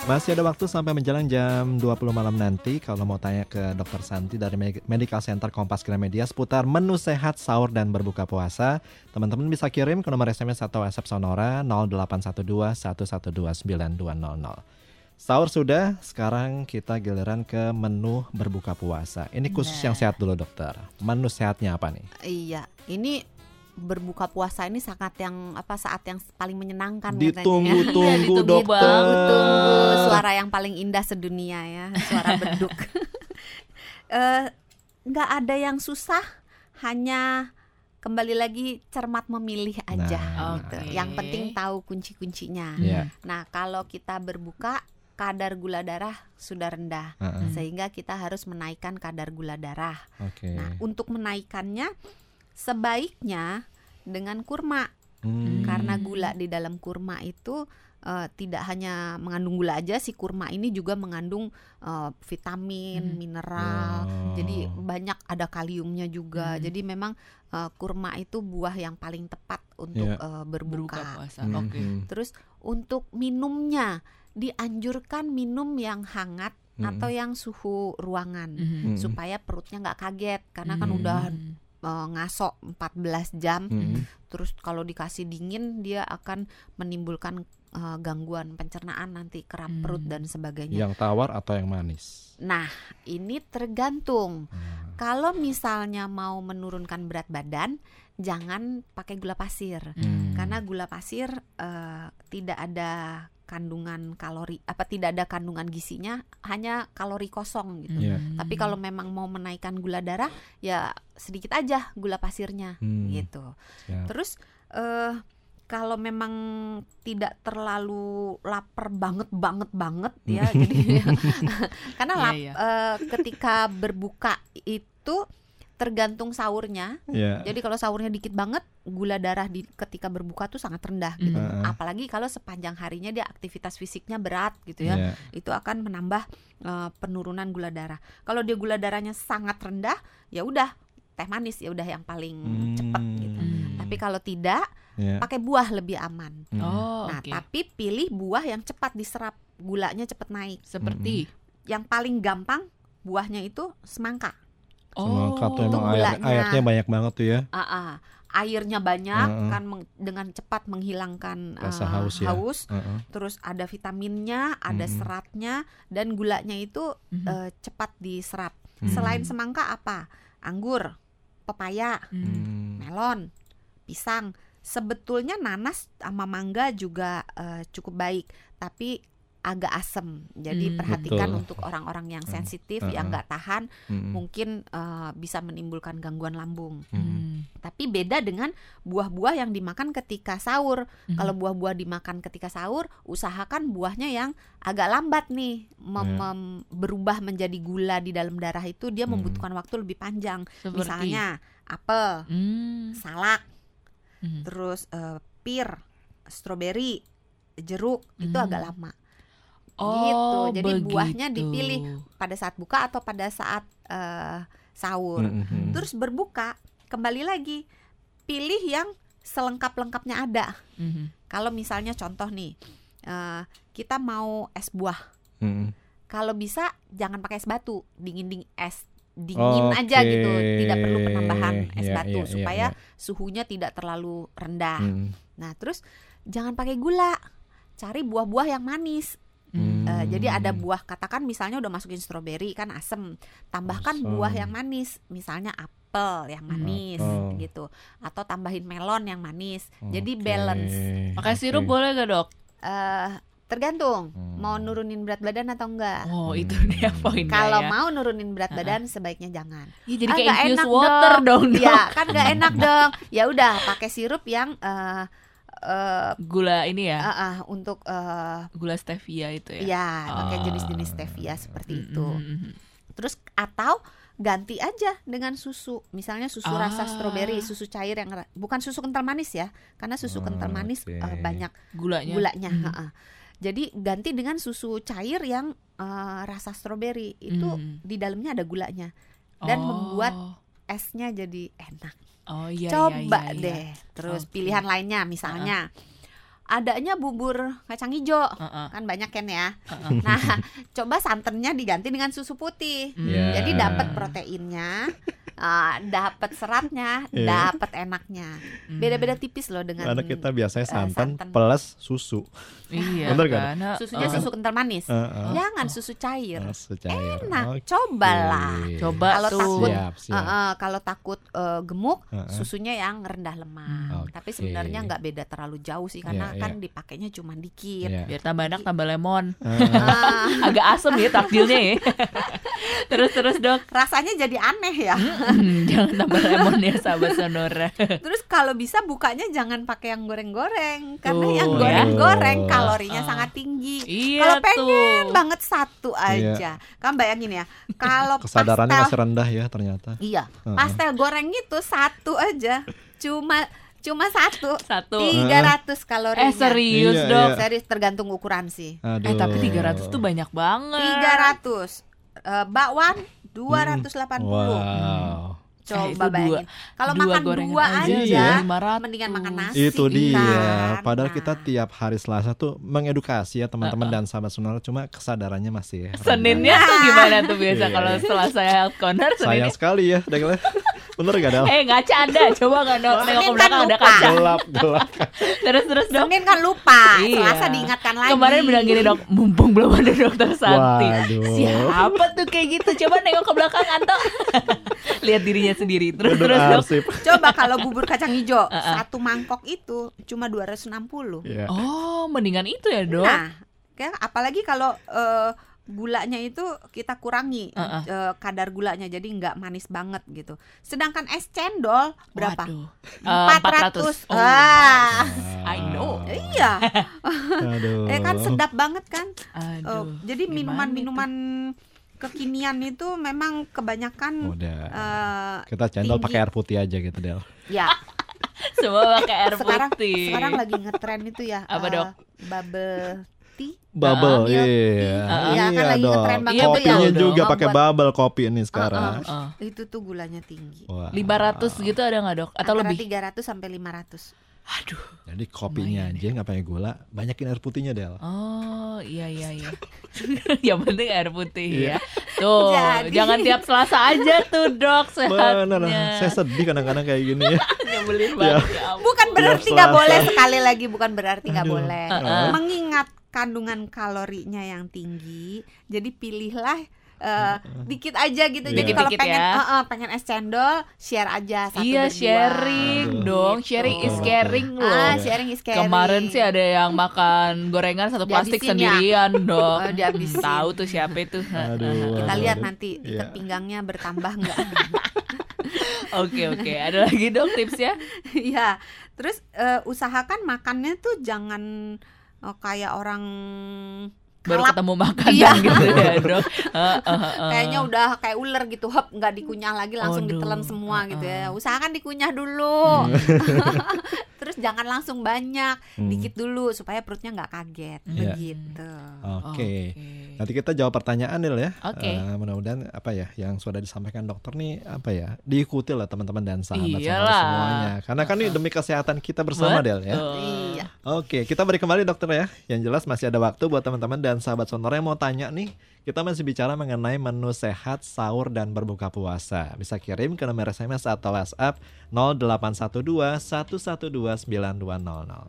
Masih ada waktu sampai menjelang jam dua puluh malam nanti. Kalau mau tanya ke Dokter Santi dari Medical Center Kompas Gramedia seputar menu sehat sahur dan berbuka puasa, teman-teman bisa kirim ke nomor S M S atau WhatsApp Sonora nol delapan satu dua satu satu dua sembilan dua nol nol. Sahur sudah, sekarang kita giliran ke menu berbuka puasa. Ini khusus Nah. yang sehat dulu, dokter. Menu sehatnya apa nih? Iya, ini berbuka puasa ini sangat yang apa saat yang paling menyenangkan katanya. Ditunggu-tunggu, Iya, ditunggu dokter. banget. Tunggu suara yang paling indah sedunia ya, suara beduk. Eh, nggak ada yang susah, hanya kembali lagi cermat memilih aja. Nah, gitu. oke. Yang penting tahu kunci-kuncinya. Iya. Nah, kalau kita berbuka, kadar gula darah sudah rendah, Uh-uh. sehingga kita harus menaikkan kadar gula darah. Oke. Nah, untuk menaikkannya sebaiknya dengan kurma. Hmm. Karena gula di dalam kurma itu uh, tidak hanya mengandung gula aja, si kurma ini juga mengandung uh, vitamin, Hmm. mineral. Oh. Jadi banyak ada kaliumnya juga. Hmm. Jadi memang uh, kurma itu buah yang paling tepat untuk Iya. uh, Berbuka berbuka. puasa. Mhm. Oke. Terus untuk minumnya dianjurkan minum yang hangat Mhm. atau yang suhu ruangan. Mhm. Mhm. Supaya perutnya nggak kaget karena kan Hmm. udah uh, ngaso empat belas jam. Mhm. Terus kalau dikasih dingin dia akan menimbulkan uh, gangguan pencernaan, nanti kram Hmm. perut dan sebagainya. Yang tawar atau yang manis? Nah, ini tergantung. Hmm. Kalau misalnya mau menurunkan berat badan, jangan pakai gula pasir. Hmm. Karena gula pasir uh, tidak ada kandungan kalori, apa tidak ada kandungan gizinya, hanya kalori kosong gitu. Iya. Hmm. Tapi kalau memang mau menaikkan gula darah, ya sedikit aja gula pasirnya Hmm. gitu. Siap. Terus eh kalau memang tidak terlalu lapar banget banget banget ya, jadi karena Iya, lap, iya. eh, ketika berbuka itu tergantung sahurnya. Iya. Jadi kalau sahurnya dikit banget, gula darah di ketika berbuka tuh sangat rendah gitu. Mm. Apalagi kalau sepanjang harinya dia aktivitas fisiknya berat gitu ya. Iya. Itu akan menambah eh, penurunan gula darah. Kalau dia gula darahnya sangat rendah, ya udah teh manis ya udah yang paling Hmm. cepat gitu. Hmm. Tapi kalau tidak, Iya. pakai buah lebih aman. Hmm. Oh, Nah, oke. tapi pilih buah yang cepat diserap, gulanya cepat naik. Seperti Yang paling gampang buahnya itu semangka. Semangka tuh Itu emang air, gulanya. airnya banyak banget tuh ya. Ah, ah. Airnya banyak Heeh. kan meng- dengan cepat menghilangkan Rasa eh, haus ya. haus. Heeh. Terus ada vitaminnya, ada Mm-mm. seratnya, dan gulanya itu Mhm. eh, cepat diserap. Hmm. Selain semangka apa? Anggur, pepaya, Hmm. Hmm. melon, pisang. Sebetulnya nanas sama mangga juga eh, cukup baik, tapi agak asem. Jadi Hmm. perhatikan Betul. untuk orang-orang yang Hmm. sensitif, Uh-uh. yang nggak tahan, Hmm. mungkin eh, bisa menimbulkan gangguan lambung. Hmm. Hmm. Tapi beda dengan buah-buah yang dimakan ketika sahur. Mhm. Kalau buah-buah dimakan ketika sahur, usahakan buahnya yang agak lambat nih mem- Ya. mem- berubah menjadi gula di dalam darah itu, dia Hmm. membutuhkan waktu lebih panjang. Seperti Misalnya apel, Hmm. salak, Hmm. terus eh, pir, stroberi, jeruk, itu Hmm. agak lama. Oh, gitu. Jadi buahnya begitu. dipilih pada saat buka atau pada saat eh, sahur. Hmm. Hmm. Terus berbuka, kembali lagi pilih yang selengkap-lengkapnya ada. Mhm. Kalau misalnya contoh nih, eh, kita mau es buah. Hmm. Kalau bisa jangan pakai es batu, dingin-dingin es dingin aja Oke. gitu. Tidak perlu penambahan es Iya, batu iya, iya, supaya iya. suhunya tidak terlalu rendah. Hmm. Nah, terus jangan pakai gula. Cari buah-buah yang manis. Hmm. Eh, jadi ada buah, katakan misalnya udah masukin stroberi kan asem, tambahkan Asem. buah yang manis, misalnya apel yang manis Apel. gitu, atau tambahin melon yang manis. Jadi Oke. balance. Pakai Oke. sirup boleh gak, Dok? Eh, tergantung Hmm. mau nurunin berat badan atau enggak. Oh, itu Hmm. dia poinnya Kalau ya. mau nurunin berat Uh-uh. badan sebaiknya jangan. Iya, jadi Ah, kayak nggak infused enak water dong, Dok. Ya kan nggak enak dong. Ya udah pakai sirup yang eh eh, Gula ini ya, ah, ah, untuk eh, gula stevia itu ya. ya pakai Ah. jenis-jenis stevia seperti Mm, itu. mm, mm, mm. Terus atau ganti aja dengan susu, misalnya susu Ah. rasa stroberi, susu cair yang ra- bukan susu kental manis ya, karena susu Oh, kental manis oke. eh, banyak Gulanya. gulanya. Mm. ha-ha. Jadi ganti dengan susu cair yang eh, rasa stroberi, itu Mm. di dalamnya ada gulanya dan Oh. membuat esnya jadi enak. Oh iya, Coba iya, iya, iya. deh. Terus Oke. pilihan lainnya misalnya adanya bubur kacang hijau, Uh-uh. kan banyak kan ya. Uh-uh. Nah, coba santannya diganti dengan susu putih. Hmm. Yeah. Jadi dapat proteinnya, uh, dapat seratnya, Yeah. dapat enaknya. Hmm. Beda-beda tipis loh dengan Karena kita biasanya eh, santan santan. plus susu. Iya Bener kan? kan? Susunya Uh, susu kental manis. Heeh. Jangan susu cair. Susu cair. Enak, Oke. cobalah. Coba Kalau tuh. takut, Siap, siap. uh, uh, kalau takut uh, gemuk, Heeh. susunya yang rendah lemak. Hmm. Tapi Oke. sebenarnya nggak beda terlalu jauh sih, karena Iya, kan iya. dipakainya cuma dikit. Iya. Biar tambah enak tambah lemon. Heeh. Ah, Agak asem ya takjilnya ya. Terus-terus dok. rasanya jadi aneh ya. Hmm, jangan tambah lemon ya sahabat Sonora. Terus kalau bisa bukanya jangan pakai yang goreng-goreng, karena Tuh, yang ya. goreng-goreng kalorinya Ah. sangat tinggi. Iya Kalau pengen tuh. banget satu aja, kan bayangin ya, kalau Kesadarannya pastel, masih rendah ya ternyata. iya, Heeh. pastel goreng itu satu aja, cuma cuma satu, Satu. tiga ratus kalorinya. Eh serius Iya, dok. iya. Serius, tergantung ukuran sih. Aduh. Eh tapi tiga ratus tuh banyak banget. tiga ratus, eh, bakwan dua ratus delapan puluh. Wow. Eh, itu Coba bayangin. Kalau dua makan gorengan dua aja aja, Iya. lima ratus. mendingan makan nasi. Itu dia. kan? Padahal Nah. kita tiap hari Selasa tuh mengedukasi ya teman-teman dan sahabat Sonora, cuma kesadarannya masih rendah. Seninnya tuh gimana tuh biasa Iya. kalau setelah saya health corner Sayang Seninnya. sekali ya, Degel. Bener gak Del? Eh ngaca ada, coba nggak dok Senin nengok ke kan belakang ada lupa. kaca. Gelap, gelap. Terus terus dok. Senin kan lupa, Iya. Selasa diingatkan lagi. Kemarin bilang gini dok, mumpung belum ada dokter Santi. Waduh. Siapa tuh kayak gitu? Coba nengok ke belakang Anto. Lihat dirinya sendiri. Terus Gedung terus dok. arsip. Coba kalau bubur kacang hijau Uh-uh. satu mangkok itu cuma dua ratus enam puluh. Iya. Oh, mendingan itu ya dok. Nah, kayak apalagi kalau eh, gulanya itu kita kurangi Uh-uh. eh, kadar gulanya, jadi nggak manis banget gitu. Sedangkan es cendol berapa? Waduh. Eh, empat ratus. Oh, Ah, I know. iya. Aduh. Eh kan sedap banget kan. Eh, Aduh. jadi gimana minuman-minuman kekinian itu memang kebanyakan Udah. eh, Kita cendol tinggi. pakai air putih aja gitu, Del. ya. itu? Semua pakai air sekarang putih. sekarang lagi ngetren itu ya. Apa, eh, Dok? Bubble tea. Bubble, Ah, iya. Iya, kan lagi dong. ngetren banget tuh Kopinya ya. juga Mau pakai buat- bubble kopi ini sekarang. Heeh. Itu tuh gulanya tinggi. Wah. lima ratus gitu ada nggak dok? Atau Antara lebih? tiga ratus sampai lima ratus. Aduh. Jadi kopinya Lumayan aja nggak pakai gula, banyakin air putihnya, Del. Oh iya iya iya. Yang penting air putih Iya. ya. Tuh, Jadi- jangan tiap Selasa aja tuh dok sehatnya. Bener, saya sedih kadang-kadang kayak gini ya. Nyebelin banget. ya ampun. Bukan berarti Tiap nggak Selasa. boleh, sekali lagi bukan berarti nggak Aduh. boleh. Uh-uh. Mengingat kandungan kalorinya yang tinggi, jadi pilihlah eh, dikit aja gitu. Jadi Iya. kalau Dikit-dikit pengen ya. eh, eh, pengen es cendol, share aja satu Iya berdua. sharing Aduh. dong, Gitu. sharing is caring loh. Ah, sharing is caring. Kemarin sih ada yang makan gorengan satu plastik Dihabisin ya? sendirian dong. Oh, dihabisin. Tahu tuh siapa itu. Aduh. Kita Aduh, lihat aduh. nanti Iya. ikat pinggangnya bertambah nggak? Oke oke, ada lagi dong tipsnya? Iya. Terus eh, usahakan makannya tuh jangan eh, kayak orang Baru kalap. ketemu makanan Iya. gitu ya dok. Heeh, heeh. Kayaknya udah kayak uler gitu, hop, nggak dikunyah lagi, langsung Aduh, ditelan semua gitu ya. uh-uh. Usahakan dikunyah dulu. Terus jangan langsung banyak, Hmm. dikit dulu supaya perutnya nggak kaget. Iya. Begitu. Oke. Nanti kita jawab pertanyaan Del ya. Oke. Eh, mudah-mudahan apa ya yang sudah disampaikan dokter nih apa ya diikuti lah teman-teman dan sahabat Iyalah. semuanya. Karena kan ini demi kesehatan kita bersama Del ya. Betul. Iya. Oke, kita beri kembali dokter ya. Yang jelas masih ada waktu buat teman-teman dan sahabat Sonora yang mau tanya nih. Kita masih bicara mengenai menu sehat sahur dan berbuka puasa. Bisa kirim ke nomor S M S atau WhatsApp nol delapan satu dua satu satu dua sembilan dua nol nol.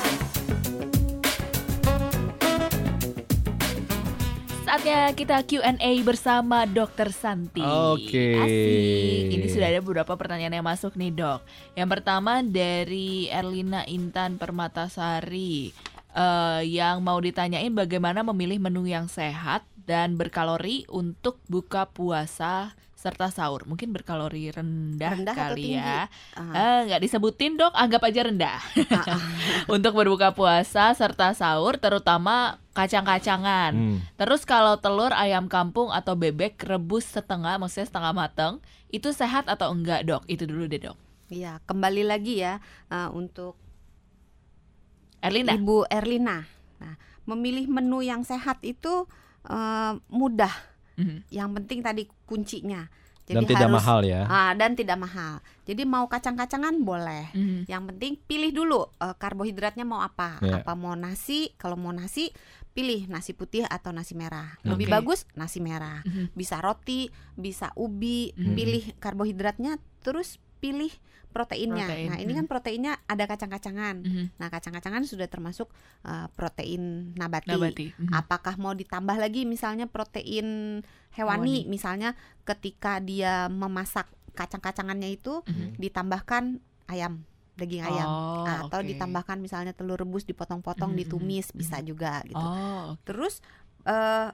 Saatnya kita Q and A bersama Dokter Santi. Oke. Asik. Ini sudah ada beberapa pertanyaan yang masuk nih dok. Yang pertama dari Erlina Intan Permatasari. eh, yang mau ditanyain bagaimana memilih menu yang sehat dan berkalori untuk buka puasa serta sahur. Mungkin berkalori rendah, Rendah atau kali tinggi? ya. Ah. Eh, nggak disebutin dok, anggap aja rendah. Ah, ah. Untuk berbuka puasa serta sahur terutama kacang-kacangan. Hmm. Terus kalau telur ayam kampung atau bebek rebus setengah, maksudnya setengah mateng, itu sehat atau enggak dok? Itu dulu deh dok. Iya, kembali lagi ya eh, untuk Erlina. Ibu Erlina. Nah, memilih menu yang sehat itu eh, mudah. Mhm. Yang penting tadi kuncinya. Dan tidak mahal ya. Uh, dan tidak mahal. Jadi mau kacang-kacangan boleh. Mhm. Yang penting pilih dulu uh, karbohidratnya mau apa. Yeah. Apa mau nasi? Kalau mau nasi pilih nasi putih atau nasi merah. Lebih Oke. bagus nasi merah. Mhm. Bisa roti, bisa ubi. Mhm. Pilih karbohidratnya, terus pilih proteinnya. Protein, Nah, ini mhm. kan proteinnya ada kacang-kacangan. Mhm. Nah, kacang-kacangan sudah termasuk uh, protein nabati. Nabati. Mhm. Apakah mau ditambah lagi misalnya protein hewani, Hewani. misalnya ketika dia memasak kacang-kacangannya itu Mhm. ditambahkan ayam, daging ayam, Oh, atau oke. ditambahkan misalnya telur rebus dipotong-potong, Mhm, ditumis, mhm, bisa mhm. juga gitu. Oh, Terus eh,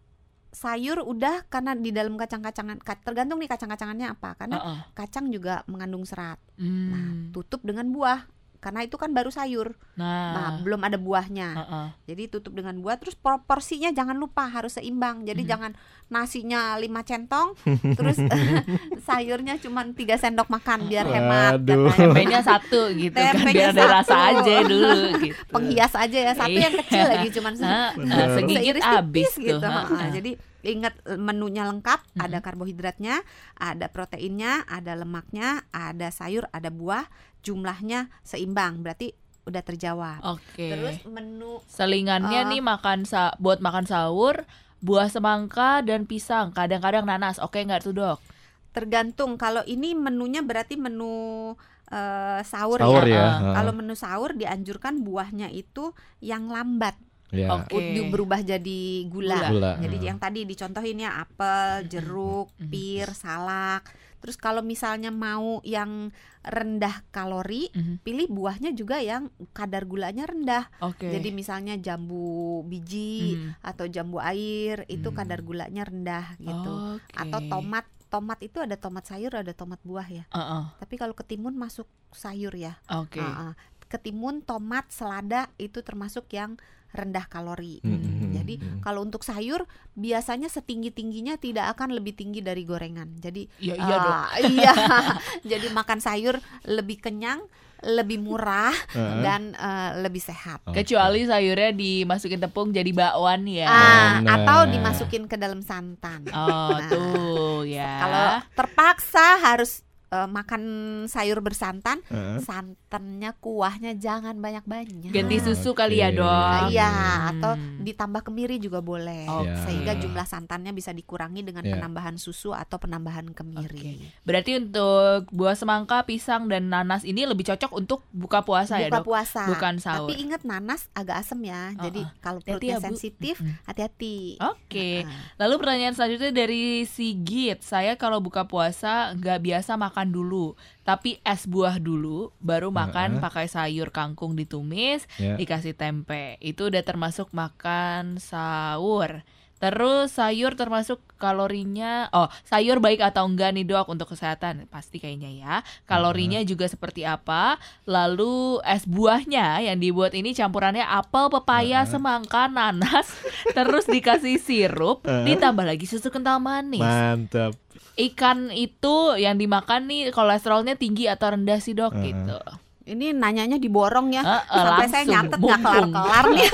sayur udah, karena di dalam kacang-kacangan ka- tergantung nih kacang-kacangannya apa, karena heeh. kacang juga mengandung serat. Hmm. Nah, tutup dengan buah, karena itu kan baru sayur. Nah, Nah, belum ada buahnya. heeh. Jadi tutup dengan buah. Terus proporsinya jangan lupa harus seimbang. Jadi Mhm. jangan nasinya lima centong, terus sayurnya cuma tiga sendok makan biar hemat. Waduh. katanya. Tempenya satu gitu kan, Tempenya biar ada rasa satu. aja dulu gitu. Penghias aja ya, satu yang kecil lagi cuma se- Heeh, Bener. segigit seiris habis tipis gitu. tuh. Heeh. Heeh. Jadi ingat menunya lengkap, Mhm. ada karbohidratnya, ada proteinnya, ada lemaknya, ada sayur, ada buah, jumlahnya seimbang. Berarti udah terjawab. Oke. Terus menu Selingannya Eh. nih makan sa- buat makan sahur, buah semangka dan pisang, kadang-kadang nanas. Oke nggak tuh dok? tergantung, kalau ini menunya berarti menu eh, sahur, Sahur ya. ya. Ah. Heeh. Kalau menu sahur dianjurkan buahnya itu yang lambat, Ya. Oke. di- berubah jadi gula. Gula. Jadi Heeh. yang tadi dicontohin ya, apel, jeruk, Mhm. pir, salak. Terus kalau misalnya mau yang rendah kalori, Mhm. pilih buahnya juga yang kadar gulanya rendah. Oke. Jadi misalnya jambu biji Mhm. atau jambu air, itu Hmm. kadar gulanya rendah gitu. Oke. Atau tomat, tomat itu ada tomat sayur, ada tomat buah ya. Heeh. Tapi kalau ketimun masuk sayur ya. Oke. Uh-uh. Ketimun, tomat, selada itu termasuk yang rendah kalori. Mhm. Jadi kalau untuk sayur biasanya setinggi-tingginya tidak akan lebih tinggi dari gorengan. Jadi Iya iya dok. ah, iya. Jadi makan sayur lebih kenyang, lebih murah, Heeh. dan uh, lebih sehat. Oke. Kecuali sayurnya dimasukin tepung jadi bakwan ya. Ah, Benar. atau dimasukin ke dalam santan. Oh Nah, tuh ya. Kalau terpaksa harus uh, makan sayur bersantan, Heeh. santannya, kuahnya jangan banyak-banyak. ganti susu Oke. kali ya dok. Ah, iya, Hmm. atau ditambah kemiri juga boleh. Oke. Sehingga jumlah santannya bisa dikurangi dengan Ya. penambahan susu atau penambahan kemiri. Berarti untuk buah semangka, pisang dan nanas ini lebih cocok untuk buka puasa ya Buka dok. puasa. Bukan sahur. Tapi ingat nanas agak asam ya. Jadi Uh-uh. kalau Hati-hati perutnya ya, Bu. sensitif, Mm-mm. hati-hati. Oke. Uh-uh. Lalu pertanyaan selanjutnya dari Sigit. Saya kalau buka puasa nggak biasa makan dulu, tapi es buah dulu, baru makan Heeh. pakai sayur kangkung ditumis, Ya. dikasih tempe. Itu udah termasuk makan sahur. Terus sayur termasuk kalorinya, oh sayur baik atau enggak nih dok untuk kesehatan? Pasti kayaknya ya. Kalorinya juga seperti apa? Lalu es buahnya yang dibuat ini campurannya apel, pepaya, Heeh. semangka, nanas, terus dikasih sirup, Heeh. ditambah lagi susu kental manis. Mantap. Ikan itu yang dimakan nih kolesterolnya tinggi atau rendah sih dok? Heeh. Gitu. Ini nanyanya diborong ya. Heeh, Sampai saya langsung, nyatet nggak mumpung. kelar-kelar nih.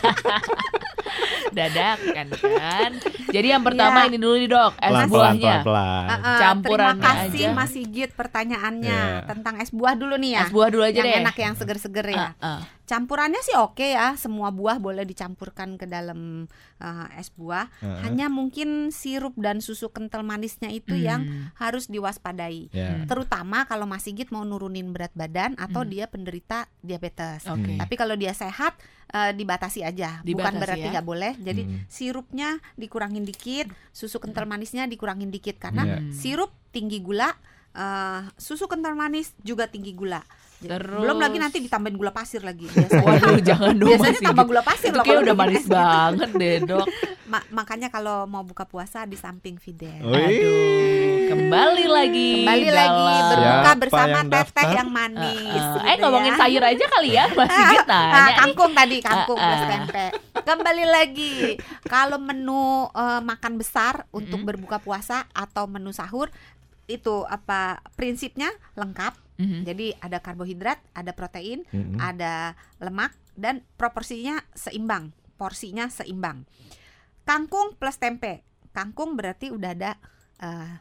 Dadakan kan. Jadi yang pertama Ya. ini dulu nih dok, es Pelan-pelan, buahnya. pelan-pelan. Uh-uh, Campurannya terima kasih aja. Mas Sigit pertanyaannya Iya. tentang es buah dulu nih ya. Es buah dulu aja yang deh. enak, yang seger-seger ya. Ah, ah. Campurannya sih oke ya, semua buah boleh dicampurkan ke dalam uh, es buah. Heeh. Hanya mungkin sirup dan susu kental manisnya itu yang Hmm. harus diwaspadai. Ya. Terutama kalau Mas Sigit mau nurunin berat badan atau Hmm. dia penderita diabetes. Oke. Hmm. Tapi kalau dia sehat, uh, dibatasi aja. Bukan Dibatasi berarti ya. nggak boleh. Jadi Hmm. sirupnya dikurangin dikit, susu kental manisnya dikurangin dikit, karena Iya. Hmm. sirup tinggi gula, uh, susu kental manis juga tinggi gula. Jadi, Terus- belum lagi nanti ditambahin gula pasir lagi. Biasanya, Waduh jangan dong biasanya masih tambah gula pasir Itu loh. kayak kalau udah begini. manis banget deh dok. Ma- makanya kalau mau buka puasa di samping Fidel. Wih. Aduh, kembali lagi. Kembali lagi dalam- berbuka Siapa bersama yang teteh daftar? yang manis. Uh, gitu eh ngomongin ya. sayur aja kali ya, Mas Sigit Ah, nanya nih. kangkung tadi, kangkung Ah, plus ah. tempe. Kembali lagi, kalau menu eh, makan besar untuk Mm-mm. berbuka puasa atau menu sahur itu apa prinsipnya lengkap. Mhm. Jadi ada karbohidrat, ada protein, Mm-mm. ada lemak, dan proporsinya seimbang, porsinya seimbang. Kangkung plus tempe. Kangkung berarti udah ada eh,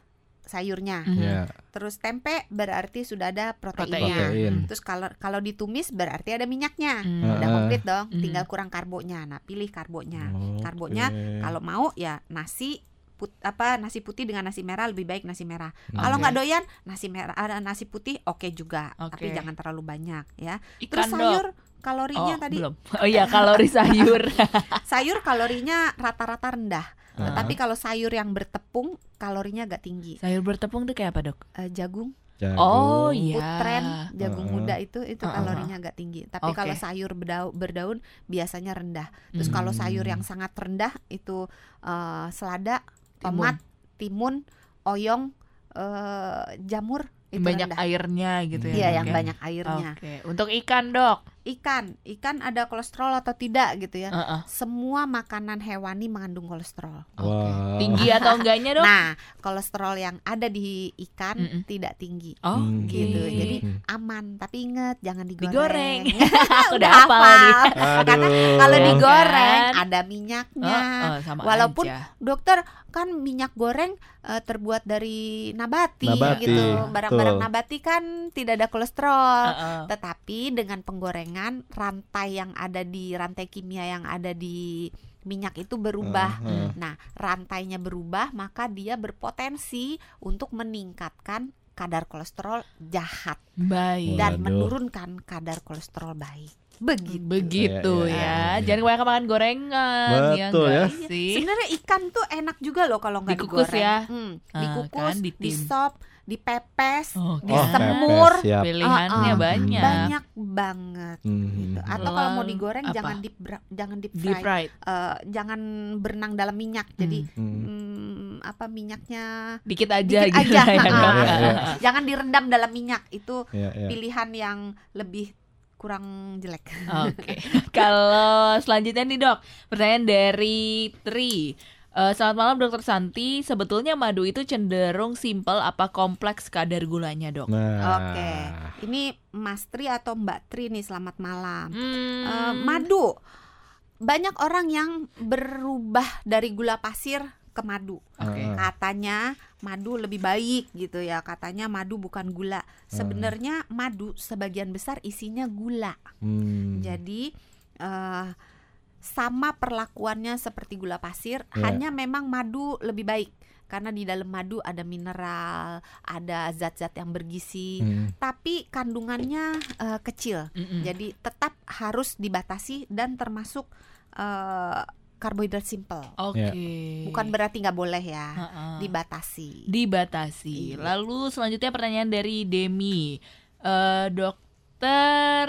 sayurnya. Mhm. Ya. Terus tempe berarti sudah ada proteinnya. Protein. Terus kalau kalau ditumis berarti ada minyaknya. Hmm. Udah Ah. komplit dong, Mhm. tinggal kurang karbonya. Nah, pilih karbonya. Oke. Karbonya kalau mau ya nasi put, apa nasi putih dengan nasi merah, lebih baik nasi merah. Hmm. Kalau Oke. nggak doyan nasi merah ada nasi putih oke juga, Oke. tapi jangan terlalu banyak ya. Ikan, Terus Dok. sayur kalorinya Oh, tadi belum. Oh iya, kalori sayur. sayur kalorinya rata-rata rendah. Ah. Tetapi kalau sayur yang bertepung kalorinya agak tinggi. Sayur bertepung tuh kayak apa, Dok? Eh, jagung, Jagung. Oh iya. putren, jagung Uh-uh. muda itu itu Uh-uh. kalorinya agak tinggi. Tapi Oke. kalau sayur berdaun, berdaun biasanya rendah. Terus Hmm. kalau sayur yang sangat rendah itu eh, selada, Timun. tomat, timun, oyong, eh, jamur itu banyak rendah. airnya gitu ya. Iya, Dok, yang ya? banyak airnya. Oke. Untuk ikan, Dok. Ikan, ikan ada kolesterol atau tidak gitu ya. Heeh. Semua makanan hewani mengandung kolesterol. Oke. Wah. Tinggi atau enggaknya, Dok? Nah, kolesterol yang ada di ikan Mm-mm. tidak tinggi. Oh, Hmm. Gitu. oke. Jadi Hmm. aman, tapi ingat jangan digoreng. Digoreng. Aku udah Udah hafal nih. Karena Aduh. kalau Iya digoreng kan? ada minyaknya. Oh, oh, sama Walaupun aja. dokter kan minyak goreng eh, terbuat dari nabati, Nabati, gitu. Barang-barang betul. nabati kan tidak ada kolesterol. Heeh. Tetapi dengan penggorengan rantai yang ada di rantai kimia yang ada di minyak itu berubah. Uh, uh. Nah, rantainya berubah maka dia berpotensi untuk meningkatkan kadar kolesterol jahat Baik. dan Waduh. menurunkan kadar kolesterol baik. Begitu. Begitu Iya, iya, ya. iya, iya. Jangan kebanyakan makan gorengan. Betul nggak ya. sih? Sebenarnya ikan tuh enak juga loh kalau nggak Dikukus digoreng. ya. Hmm, Ah, dikukus, kan, di ditim. sop, dipepes, Oh, disemur, pepes, siap. Pilihannya Ah, ah. banyak. banyak banget. Hmm. Gitu. Atau kalau mau Lalu digoreng apa? jangan deep bra- jangan deep Deep fry, fried. Eh, jangan berenang dalam minyak. Jadi Hmm. hmm, apa minyaknya Dikit aja dikit gitu aja. ya, Ah, Dok. Iya, iya. jangan direndam dalam minyak. Itu Ya, ya. pilihan yang lebih kurang jelek. Oke. Kalau selanjutnya nih, Dok, pertanyaan dari Tri. Eh, selamat malam Dokter Santi. Sebetulnya madu itu cenderung simpel apa kompleks kadar gulanya, Dok? Nah. Oke, ini Mas Tri atau Mbak Tri nih, selamat malam. Hmm. Eh, madu, banyak orang yang berubah dari gula pasir ke madu. Oke. Ah. Katanya madu lebih baik gitu ya. Katanya madu bukan gula. Sebenarnya madu sebagian besar isinya gula. Hmm. Jadi eh, sama perlakuannya seperti gula pasir, Ya. hanya memang madu lebih baik karena di dalam madu ada mineral, ada zat-zat yang bergizi, Hmm. tapi kandungannya eh, kecil. Mm-mm. Jadi tetap harus dibatasi dan termasuk eh, karbohidrat simple. Oke. Bukan berarti nggak boleh ya, Ha-ha. dibatasi. Dibatasi. Iya. Lalu selanjutnya pertanyaan dari Demi. Eh, dokter,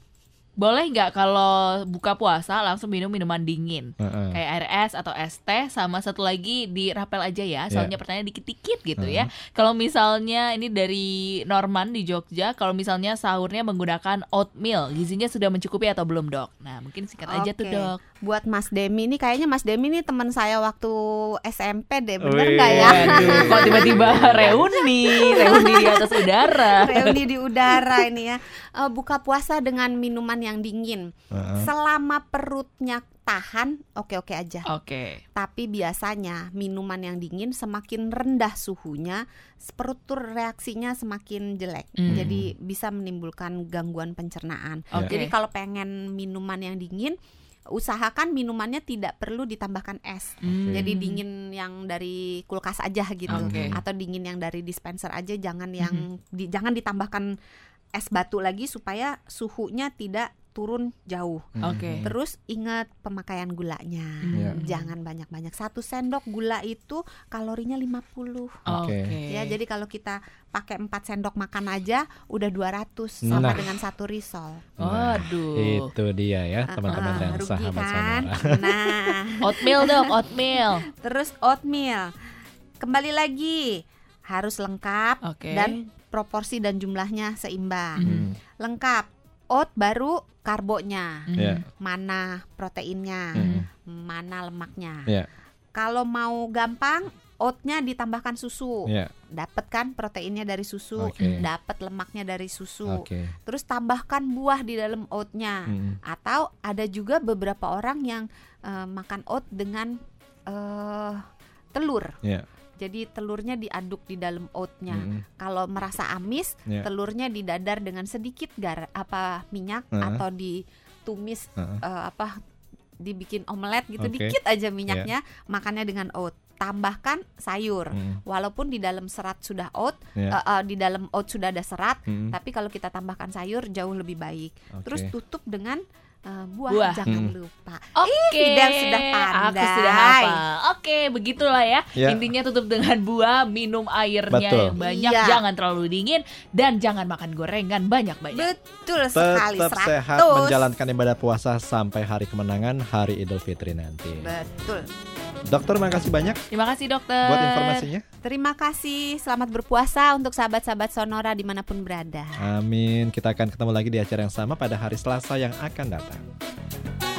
boleh nggak kalau buka puasa langsung minum minuman dingin? Heeh. Kayak air es atau es teh, sama satu lagi di rapel aja ya. Soalnya pertanyaan dikit-dikit gitu ya. Kalau misalnya ini dari Norman di Jogja, kalau misalnya sahurnya menggunakan oatmeal, gizinya sudah mencukupi atau belum, Dok? Nah, mungkin singkat aja tuh, Oke. Dok. Buat Mas Demi ini, kayaknya Mas Demi ini teman saya waktu S M P deh, bener Wih, nggak ya? Waduh, kok tiba-tiba reuni, reuni di atas udara. Reuni di udara ini ya. Eh, buka puasa dengan minuman yang dingin. Heeh. Selama perutnya tahan, oke-oke aja. Oke. Tapi biasanya minuman yang dingin semakin rendah suhunya, perut tuh reaksinya semakin jelek. Hmm. Jadi bisa menimbulkan gangguan pencernaan. Oke. Jadi kalau pengen minuman yang dingin, usahakan minumannya tidak perlu ditambahkan es. Hmm. Jadi dingin yang dari kulkas aja gitu, Oke. atau dingin yang dari dispenser aja, jangan yang di, jangan ditambahkan es batu lagi supaya suhunya tidak turun jauh. Oke. Terus ingat pemakaian gulanya, Iya. jangan banyak-banyak. Satu sendok gula itu kalorinya lima puluh. Oke. Oke. Ya, jadi kalau kita pakai empat sendok makan aja udah dua ratus, sama Nah. dengan satu risol. Waduh. Itu dia ya teman-teman Ah, dan rugi sahabat kan? Sonora. Nah, Oatmeal, Dok, oatmeal. terus oatmeal. Kembali lagi harus lengkap Oke. dan proporsi dan jumlahnya seimbang. Hmm. Lengkap. Oat baru karbonya, Hmm. Ya. mana proteinnya, Hmm. mana lemaknya. Ya. Kalau mau gampang, oatnya ditambahkan susu. Ya. Dapat kan proteinnya dari susu, Oke. dapat lemaknya dari susu. Oke. Terus tambahkan buah di dalam oatnya. Hmm. Atau ada juga beberapa orang yang eh, makan oat dengan eh, telur. Ya. Jadi telurnya diaduk di dalam oatnya. Mm-mm. Kalau merasa amis, Yeah. telurnya didadar dengan sedikit gar apa minyak Uh-huh. atau ditumis Uh-uh. eh, apa dibikin omelet gitu, Oke. dikit aja minyaknya, makannya dengan oat. Tambahkan sayur. Mm. Walaupun di dalam serat sudah oat, Yeah. eh, eh, di dalam oat sudah ada serat, Mm. tapi kalau kita tambahkan sayur jauh lebih baik. Oke. Terus tutup dengan eh, buah, Buah. jangan Hmm. lupa. Oke, Fidel sudah pandai. aku sudah hafal. Oke, begitulah ya. Ya. Intinya tutup dengan buah, minum airnya Betul. yang banyak, Iya. jangan terlalu dingin, dan jangan makan gorengan banyak-banyak. Betul sekali, Tetap sehat seratus. menjalankan ibadah puasa sampai hari kemenangan, hari Idul Fitri nanti. Betul. Dokter, makasih banyak Terima kasih dokter. buat informasinya. Terima kasih. Selamat berpuasa untuk sahabat-sahabat Sonora dimanapun berada. Amin. Kita akan ketemu lagi di acara yang sama pada hari Selasa yang akan datang.